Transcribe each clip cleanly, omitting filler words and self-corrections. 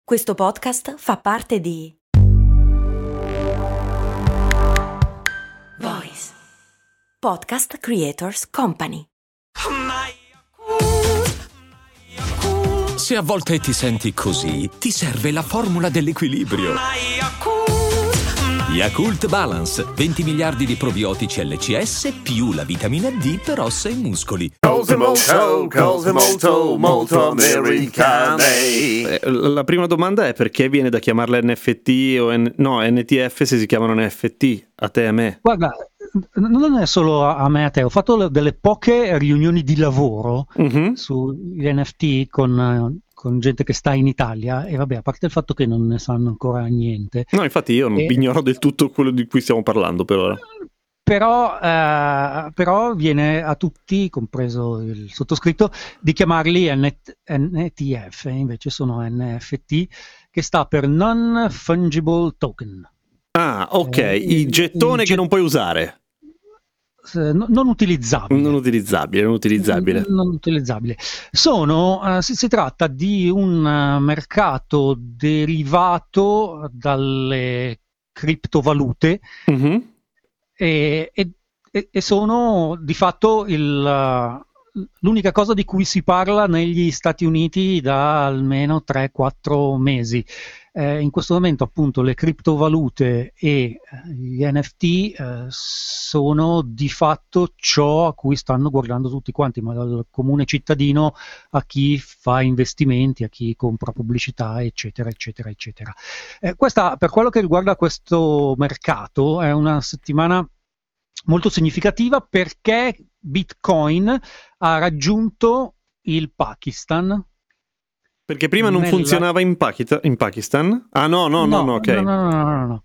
Questo podcast fa parte di Voice Podcast Creators Company. Se a volte ti senti così, ti serve la formula dell'equilibrio. Yakult Balance, 20 miliardi di probiotici LCS più la vitamina D per ossa e muscoli. Cose molto americane. La prima domanda è perché viene da chiamarla NFT o NTF se si chiamano NFT, a te e a me? Guarda, non è solo a me e a te, ho fatto delle poche riunioni di lavoro sugli NFT con gente che sta in Italia e vabbè, a parte il fatto che non ne sanno ancora niente. No, infatti io ignoro del tutto quello di cui stiamo parlando per ora. Però viene a tutti, compreso il sottoscritto, di chiamarli NTF, invece sono NFT, che sta per Non Fungible Token. Ah, ok, il gettone che non puoi usare. Non utilizzabile. Non utilizzabile. Si tratta di un mercato derivato dalle criptovalute e sono di fatto l'unica cosa di cui si parla negli Stati Uniti da almeno 3-4 mesi. In questo momento appunto le criptovalute e gli NFT sono di fatto ciò a cui stanno guardando tutti quanti, ma dal comune cittadino a chi fa investimenti, a chi compra pubblicità, eccetera, eccetera, eccetera. Questa, per quello che riguarda questo mercato, è una settimana molto significativa perché Bitcoin ha raggiunto il Pakistan. Perché prima non funzionava in Pakistan? Ah no, ok. No.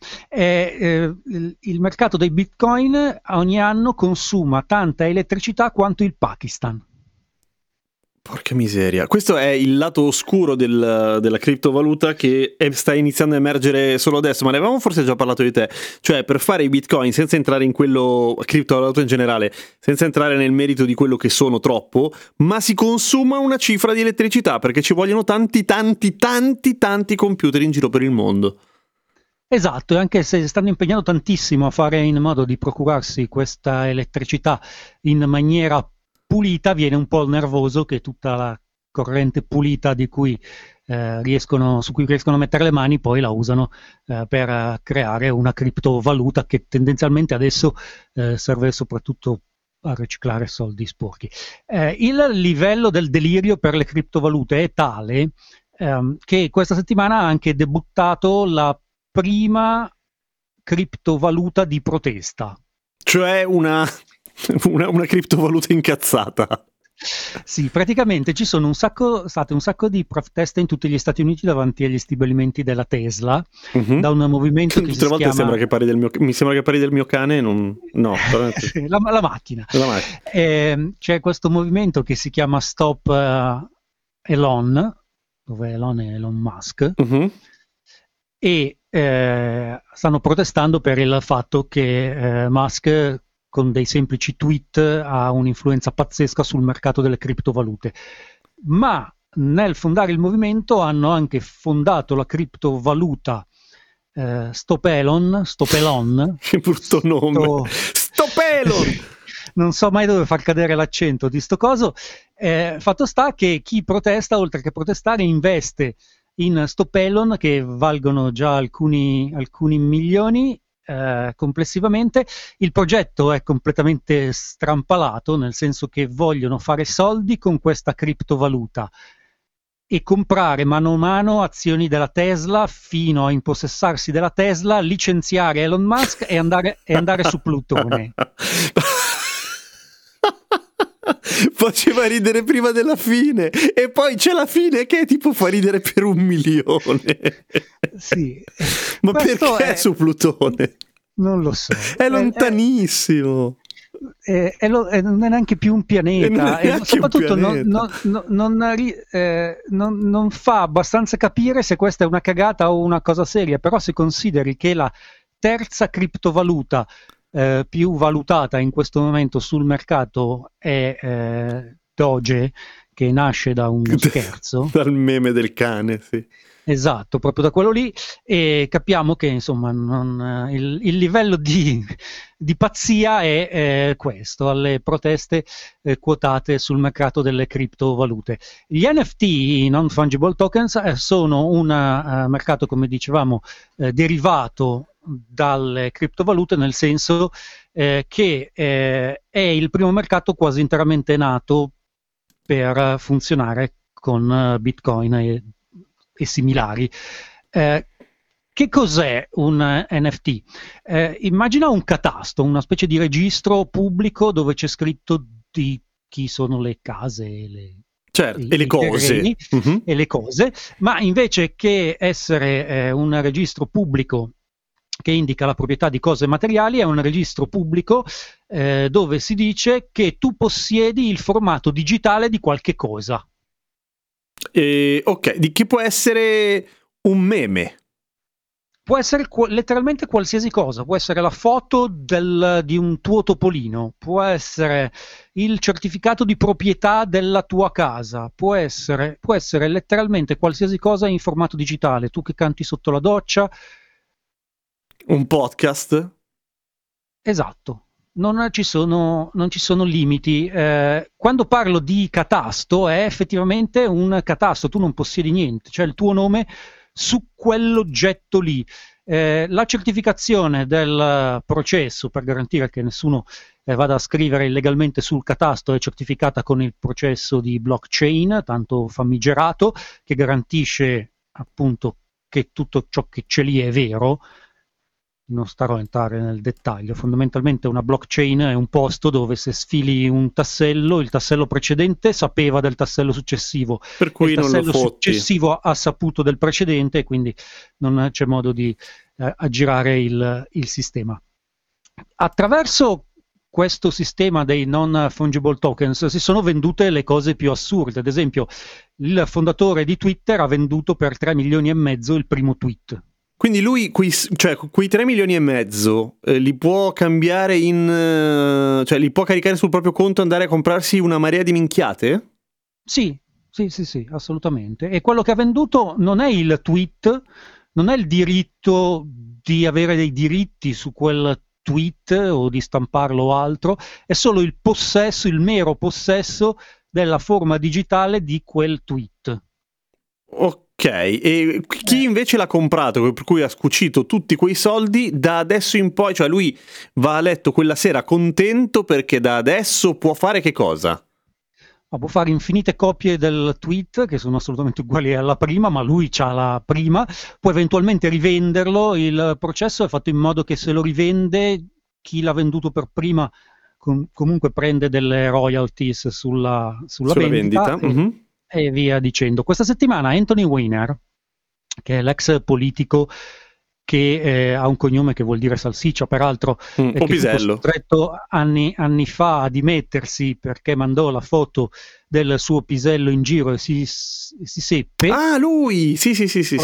Il mercato dei Bitcoin ogni anno consuma tanta elettricità quanto il Pakistan. Porca miseria, questo è il lato oscuro della criptovaluta che sta iniziando a emergere solo adesso, ma ne avevamo forse già parlato di te, cioè per fare i bitcoin senza entrare in quello criptovaluta in generale, senza entrare nel merito di quello che sono troppo, ma si consuma una cifra di elettricità perché ci vogliono tanti computer in giro per il mondo. Esatto, e anche se stanno impegnando tantissimo a fare in modo di procurarsi questa elettricità in maniera pulita, viene un po' nervoso che tutta la corrente pulita di cui su cui riescono a mettere le mani poi la usano per creare una criptovaluta che tendenzialmente adesso serve soprattutto a riciclare soldi sporchi. Il livello del delirio per le criptovalute è tale che questa settimana ha anche debuttato la prima criptovaluta di protesta. Cioè una criptovaluta incazzata. Sì, praticamente ci sono state un sacco di proteste in tutti gli Stati Uniti davanti agli stabilimenti della Tesla, da un movimento che tutte le volte sembra che parli mi sembra che parli del mio cane, la macchina. C'è questo movimento che si chiama Stop Elon, dove Elon è Elon Musk, e stanno protestando per il fatto che Musk con dei semplici tweet ha un'influenza pazzesca sul mercato delle criptovalute. Ma nel fondare il movimento hanno anche fondato la criptovaluta Stop Elon. Che brutto nome! Stop Elon! Non so mai dove far cadere l'accento di sto coso. Fatto sta che chi protesta, oltre che protestare, investe in Stop Elon, che valgono già alcuni milioni complessivamente. Il progetto è completamente strampalato, nel senso che vogliono fare soldi con questa criptovaluta e comprare mano a mano azioni della Tesla fino a impossessarsi della Tesla, licenziare Elon Musk e andare su Plutone. Faceva ridere prima della fine e poi c'è la fine che tipo fa ridere per 1 milione. Sì. Ma perché è su Plutone? Non lo so. È lontanissimo. Non è neanche più un pianeta e soprattutto non fa abbastanza capire se questa è una cagata o una cosa seria. Però se consideri che la terza criptovaluta più valutata in questo momento sul mercato è Doge, che nasce da uno scherzo. Dal meme del cane, sì. Esatto, proprio da quello lì, e capiamo che insomma il livello di pazzia è questo, alle proteste quotate sul mercato delle criptovalute. Gli NFT, non fungible tokens, sono un mercato, come dicevamo, derivato dalle criptovalute, nel senso che è il primo mercato quasi interamente nato per funzionare con Bitcoin e similari. Che cos'è un NFT? Immagina un catasto, una specie di registro pubblico dove c'è scritto di chi sono le case e le cose. Uh-huh. E le cose, ma invece che essere un registro pubblico che indica la proprietà di cose materiali, è un registro pubblico dove si dice che tu possiedi il formato digitale di qualche cosa. Ok, di chi può essere un meme? Può essere letteralmente qualsiasi cosa, può essere la foto di un tuo topolino, può essere il certificato di proprietà della tua casa, può essere letteralmente qualsiasi cosa in formato digitale, tu che canti sotto la doccia. Un podcast? Esatto. Non ci sono limiti. Quando parlo di catasto è effettivamente un catasto, tu non possiedi niente, cioè il tuo nome su quell'oggetto lì. La certificazione del processo per garantire che nessuno vada a scrivere illegalmente sul catasto è certificata con il processo di blockchain, tanto famigerato, che garantisce appunto che tutto ciò che c'è lì è vero. Non starò a entrare nel dettaglio. Fondamentalmente una blockchain è un posto dove se sfili un tassello, il tassello precedente sapeva del tassello successivo, per cui il non tassello lo fotti. successivo ha saputo del precedente e quindi non c'è modo di aggirare il sistema. Attraverso questo sistema dei non fungible tokens si sono vendute le cose più assurde. Ad esempio, il fondatore di Twitter ha venduto per 3 milioni e mezzo il primo tweet. Quindi lui quei 3 milioni e mezzo li può cambiare cioè li può caricare sul proprio conto e andare a comprarsi una marea di minchiate? Sì, assolutamente. E quello che ha venduto non è il tweet, non è il diritto di avere dei diritti su quel tweet o di stamparlo o altro, è solo il possesso, il mero possesso della forma digitale di quel tweet. Ok, e chi invece l'ha comprato, per cui ha scucito tutti quei soldi, da adesso in poi, cioè lui va a letto quella sera contento perché da adesso può fare che cosa? Può fare infinite copie del tweet che sono assolutamente uguali alla prima, ma lui c'ha la prima, può eventualmente rivenderlo. Il processo è fatto in modo che se lo rivende, chi l'ha venduto per prima comunque prende delle royalties sulla vendita. E via dicendo. Questa settimana Anthony Weiner, che è l'ex politico che ha un cognome che vuol dire salsiccia, peraltro, che fu costretto anni fa a dimettersi perché mandò la foto del suo pisello in giro e si seppe. Ah, lui! Sì.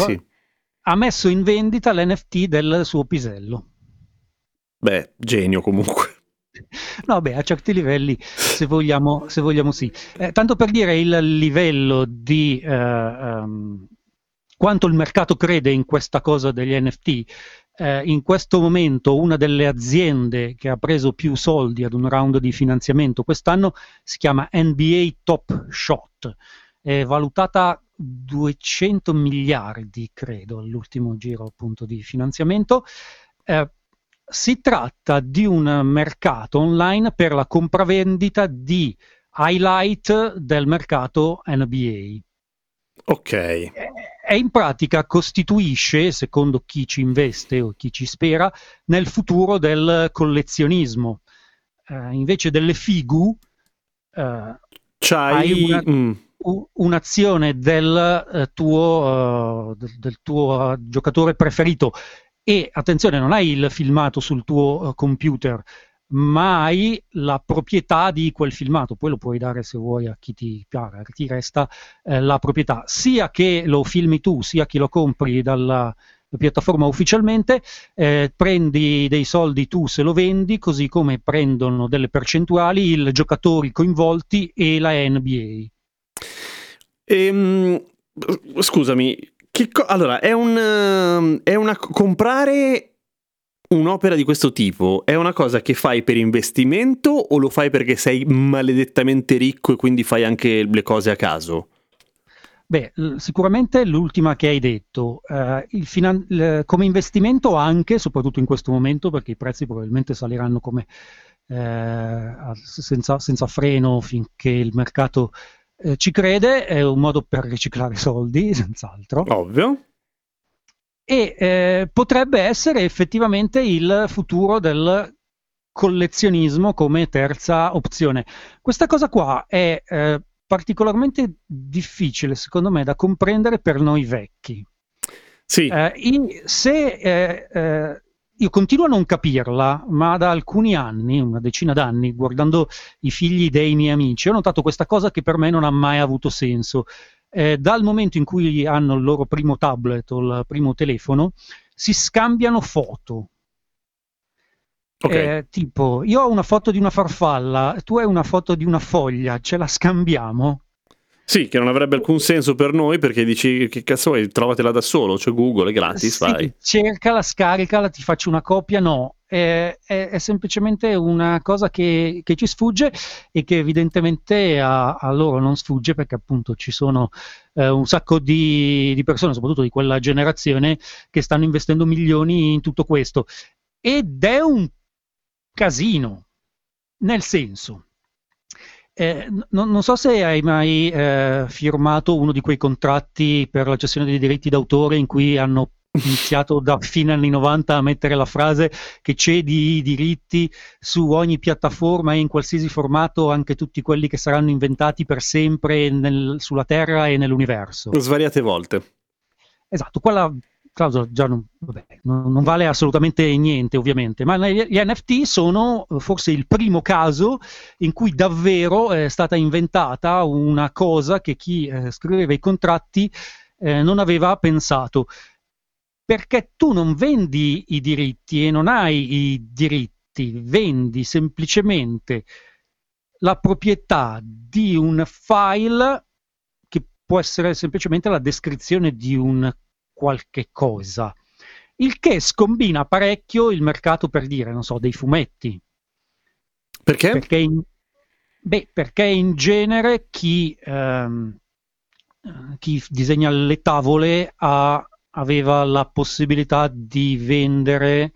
Ha messo in vendita l'NFT del suo pisello. Beh, genio comunque. No, beh, a certi livelli, se vogliamo sì. Tanto per dire il livello di quanto il mercato crede in questa cosa degli NFT, in questo momento una delle aziende che ha preso più soldi ad un round di finanziamento quest'anno si chiama NBA Top Shot, è valutata 200 miliardi, credo, all'ultimo giro appunto di finanziamento. Si tratta di un mercato online per la compravendita di highlight del mercato NBA. Ok. E in pratica costituisce, secondo chi ci investe o chi ci spera, nel futuro del collezionismo. Invece delle figu, hai un'azione del tuo giocatore preferito. E attenzione, non hai il filmato sul tuo computer, ma hai la proprietà di quel filmato, poi lo puoi dare se vuoi a chi ti pare, ti resta la proprietà, sia che lo filmi tu, sia che lo compri dalla piattaforma ufficialmente, prendi dei soldi tu se lo vendi, così come prendono delle percentuali i giocatori coinvolti e la NBA. Scusami, Allora, è una comprare un'opera di questo tipo è una cosa che fai per investimento o lo fai perché sei maledettamente ricco e quindi fai anche le cose a caso? Beh, sicuramente l'ultima che hai detto, come investimento anche, soprattutto in questo momento, perché i prezzi probabilmente saliranno come senza freno finché il mercato ci crede, è un modo per riciclare soldi, senz'altro. Ovvio. E potrebbe essere effettivamente il futuro del collezionismo come terza opzione. Questa cosa qua è particolarmente difficile, secondo me, da comprendere per noi vecchi. Sì. Io continuo a non capirla, ma da alcuni anni, una decina d'anni, guardando i figli dei miei amici, ho notato questa cosa che per me non ha mai avuto senso. Dal momento in cui hanno il loro primo tablet o il primo telefono, si scambiano foto. Okay. Tipo, io ho una foto di una farfalla, tu hai una foto di una foglia, ce la scambiamo? Sì, che non avrebbe alcun senso per noi perché dici che cazzo vuoi, trovatela da solo, c'è Google, è gratis, Sì, fai. cercala, scaricala, ti faccio una copia, no. È semplicemente una cosa che ci sfugge e che evidentemente a loro non sfugge perché appunto ci sono un sacco di persone, soprattutto di quella generazione, che stanno investendo milioni in tutto questo. Ed è un casino, nel senso... non so se hai mai firmato uno di quei contratti per la cessione dei diritti d'autore in cui hanno iniziato da fine anni 90 a mettere la frase che cedi i diritti su ogni piattaforma e in qualsiasi formato, anche tutti quelli che saranno inventati per sempre sulla Terra e nell'universo. Svariate volte. Esatto, quella clausola già non vale assolutamente niente, ovviamente, ma gli NFT sono forse il primo caso in cui davvero è stata inventata una cosa che chi scriveva i contratti non aveva pensato. Perché tu non vendi i diritti e non hai i diritti, vendi semplicemente la proprietà di un file che può essere semplicemente la descrizione di un qualche cosa, il che scombina parecchio il mercato, per dire, non so, dei fumetti. Perché? Perché in genere chi disegna le tavole aveva la possibilità di vendere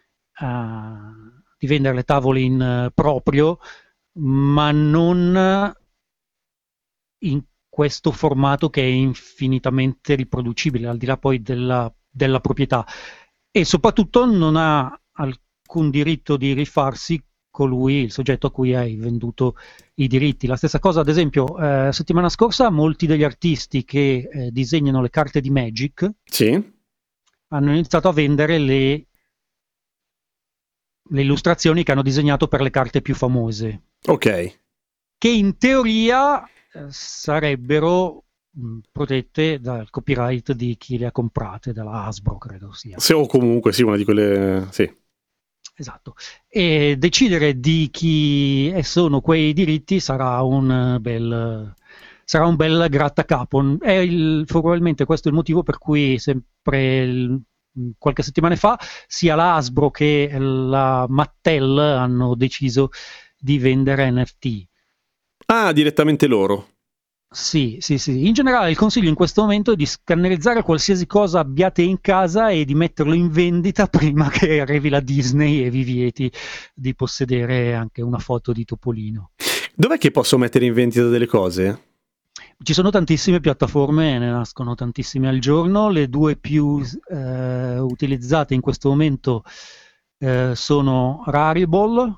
le tavole in proprio, ma non in questo formato che è infinitamente riproducibile, al di là poi della proprietà. E soprattutto non ha alcun diritto di rifarsi colui, il soggetto a cui hai venduto i diritti. La stessa cosa, ad esempio, settimana scorsa molti degli artisti che disegnano le carte di Magic hanno iniziato a vendere le illustrazioni che hanno disegnato per le carte più famose. Ok. Che in teoria sarebbero protette dal copyright di chi le ha comprate, dalla Hasbro credo sia. O comunque sì, una di quelle... Sì. Esatto. E decidere di chi sono quei diritti sarà un bel grattacapo. Probabilmente questo è il motivo per cui sempre qualche settimana fa sia la Hasbro che la Mattel hanno deciso di vendere NFT. Ah, direttamente loro. Sì. In generale il consiglio in questo momento è di scannerizzare qualsiasi cosa abbiate in casa e di metterlo in vendita prima che arrivi la Disney e vi vieti di possedere anche una foto di Topolino. Dov'è che posso mettere in vendita delle cose? Ci sono tantissime piattaforme, ne nascono tantissime al giorno. Le due più utilizzate in questo momento sono Rarible.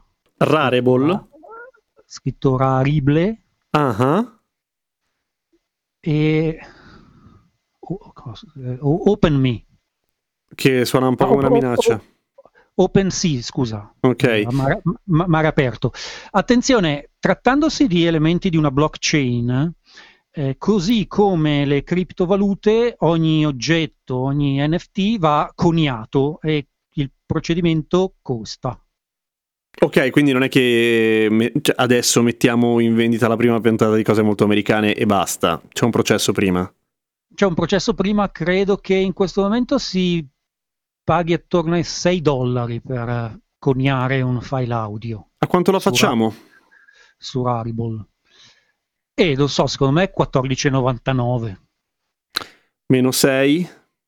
Scritto Rarible. E OpenMe, che suona un po' come una minaccia. OpenSea, scusa. Ok. Mare aperto. Attenzione, trattandosi di elementi di una blockchain, così come le criptovalute, ogni oggetto, ogni NFT va coniato e il procedimento costa. Ok, quindi non è che adesso mettiamo in vendita la prima puntata di cose molto americane e basta, c'è un processo prima. c'è un processo prima, credo che in questo momento si paghi attorno ai $6 per coniare un file audio. A quanto la facciamo? Su Rarible. E non so, secondo me è $14,99. Meno 6?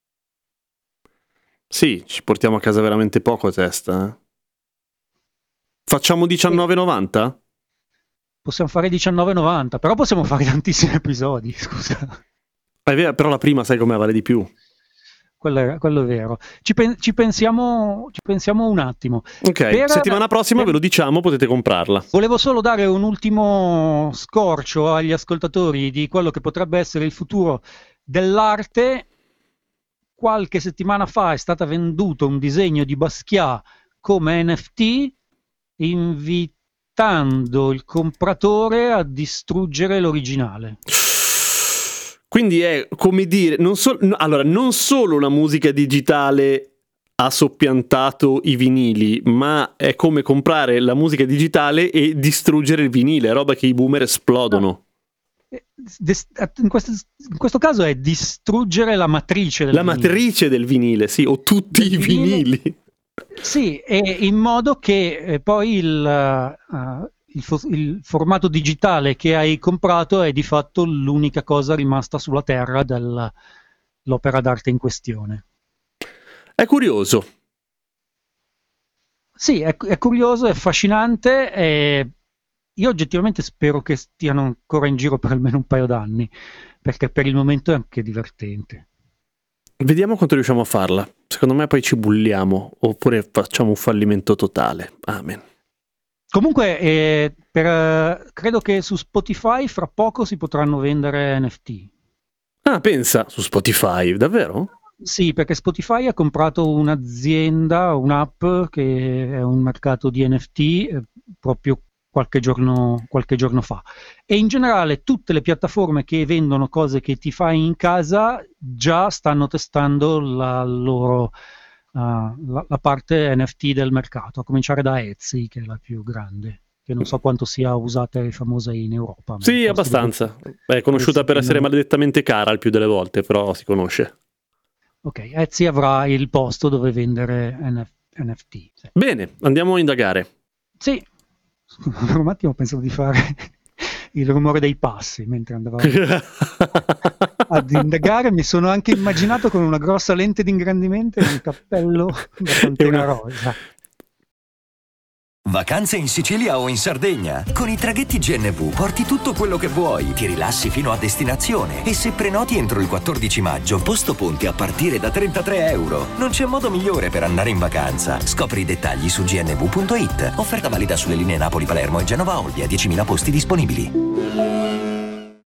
Sì, ci portiamo a casa veramente poco a testa. Facciamo $19,90? Possiamo fare $19,90, però possiamo fare tantissimi episodi, scusa. È vero, però la prima sai com'è, vale di più. Quello è vero. Ci pensiamo un attimo. Ok, settimana prossima ve lo diciamo, potete comprarla. Volevo solo dare un ultimo scorcio agli ascoltatori di quello che potrebbe essere il futuro dell'arte. Qualche settimana fa è stato venduto un disegno di Basquiat come NFT, invitando il compratore a distruggere l'originale. Quindi è come dire, non solo la musica digitale ha soppiantato i vinili, ma è come comprare la musica digitale e distruggere il vinile, roba che i boomer esplodono. In questo caso è distruggere la matrice del vinile. Matrice del vinile, sì, o tutti i vinili. Sì, e in modo che poi il formato digitale che hai comprato è di fatto l'unica cosa rimasta sulla terra dell'opera d'arte in questione. È curioso. Sì, è curioso, è affascinante e io oggettivamente spero che stiano ancora in giro per almeno un paio d'anni, perché per il momento è anche divertente. Vediamo quanto riusciamo a farla. Secondo me poi ci bulliamo, oppure facciamo un fallimento totale. Amen. Comunque, credo che su Spotify fra poco si potranno vendere NFT. Ah, pensa, su Spotify, davvero? Sì, perché Spotify ha comprato un'azienda, un'app che è un mercato di NFT proprio qualche giorno fa. E in generale tutte le piattaforme che vendono cose che ti fai in casa già stanno testando la loro la parte NFT del mercato, a cominciare da Etsy, che è la più grande, che non so quanto sia usata e famosa in Europa. Sì, abbastanza. È conosciuta per essere maledettamente cara il più delle volte, però si conosce. Ok, Etsy avrà il posto dove vendere NFT. Sì. Bene, andiamo a indagare. Sì, per un attimo pensavo di fare il rumore dei passi mentre andavamo ad indagare. Mi sono anche immaginato con una grossa lente di ingrandimento e un cappello da pantera rosa. Vacanze in Sicilia o in Sardegna? Con i traghetti GNV porti tutto quello che vuoi, ti rilassi fino a destinazione e se prenoti entro il 14 maggio, posto ponti a partire da €33. Non c'è modo migliore per andare in vacanza. Scopri i dettagli su gnv.it. Offerta valida sulle linee Napoli-Palermo e Genova-Olbia, 10.000 posti disponibili.